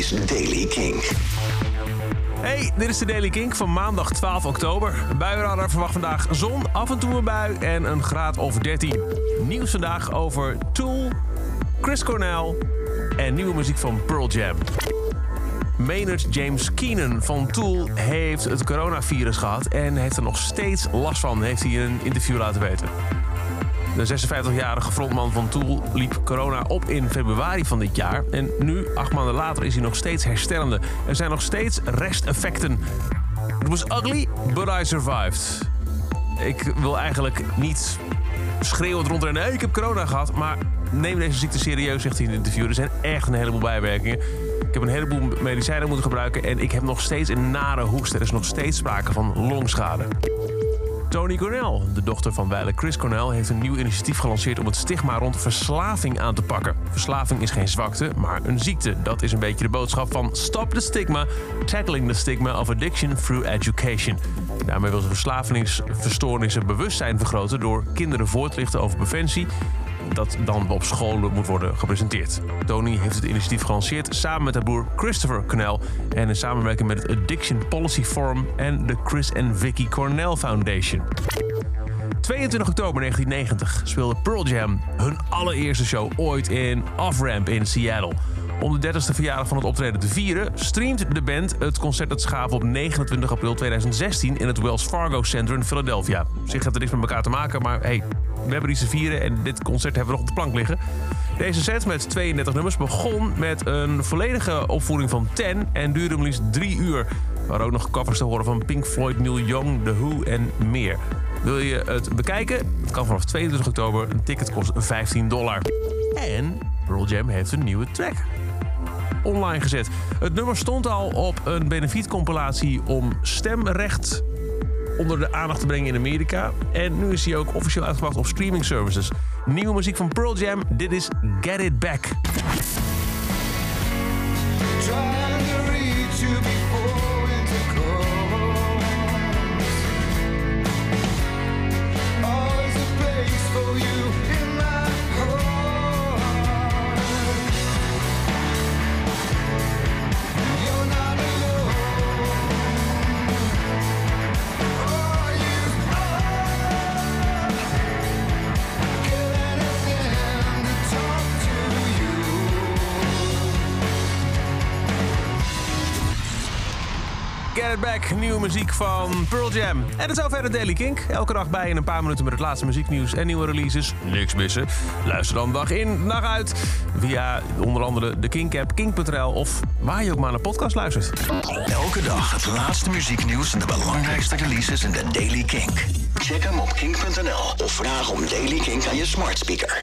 is Daily Kink. Hey, dit is de Daily Kink van maandag 12 oktober. Buienradar verwacht vandaag zon, af en toe een bui en een graad of 13. Nieuws vandaag over Tool, Chris Cornell en nieuwe muziek van Pearl Jam. Maynard James Keenan van Tool heeft het coronavirus gehad en heeft er nog steeds last van, heeft hij in een interview laten weten. De 56-jarige frontman van Tool liep corona op in februari van dit jaar. En nu, 8 maanden later, is hij nog steeds herstellende. Er zijn nog steeds resteffecten. It was ugly, but I survived. Ik wil eigenlijk niet schreeuwend rondrennen. Hey, ik heb corona gehad. Maar neem deze ziekte serieus, zegt hij in het interview. Er zijn echt een heleboel bijwerkingen. Ik heb een heleboel medicijnen moeten gebruiken. En ik heb nog steeds een nare hoest. Er is nog steeds sprake van longschade. Toni Cornell, de dochter van wijlen Chris Cornell, heeft een nieuw initiatief gelanceerd om het stigma rond verslaving aan te pakken. Verslaving is geen zwakte, maar een ziekte. Dat is een beetje de boodschap van Stop the Stigma, Tackling the Stigma of Addiction Through Education. Daarmee wil ze verslavingsverstoornissen bewustzijn vergroten door kinderen voor te lichten over preventie, dat dan op scholen moet worden gepresenteerd. Toni heeft het initiatief gelanceerd samen met haar broer Christopher Cornell en in samenwerking met het Addiction Policy Forum en de Chris en Vicky Cornell Foundation. 22 oktober 1990 speelde Pearl Jam hun allereerste show ooit in Off-Ramp in Seattle. Om de 30ste verjaardag van het optreden te vieren, streamt de band het concert dat ze gaven op 29 april 2016 in het Wells Fargo Center in Philadelphia. Op zich heeft er niks met elkaar te maken, maar hey, we hebben iets te vieren en dit concert hebben we nog op de plank liggen. Deze set met 32 nummers begon met een volledige opvoering van 10 en duurde maar liefst 3 uur. Er waren ook nog covers te horen van Pink Floyd, Neil Young, The Who en meer. Wil je het bekijken? Het kan vanaf 22 oktober. Een ticket kost $15. En Pearl Jam heeft een nieuwe track online gezet. Het nummer stond al op een benefietcompilatie om stemrecht onder de aandacht te brengen in Amerika. En nu is hij ook officieel uitgebracht op streaming services. Nieuwe muziek van Pearl Jam. Dit is Get It Back. Get It Back, nieuwe muziek van Pearl Jam. En dat is zover de Daily Kink. Elke dag bij in een paar minuten met het laatste muzieknieuws en nieuwe releases. Niks missen. Luister dan dag in, dag uit. Via onder andere de Kink-app, kink.nl of waar je ook maar naar podcast luistert. Elke dag het laatste muzieknieuws en de belangrijkste releases in de Daily Kink. Check hem op kink.nl of vraag om Daily Kink aan je smart speaker.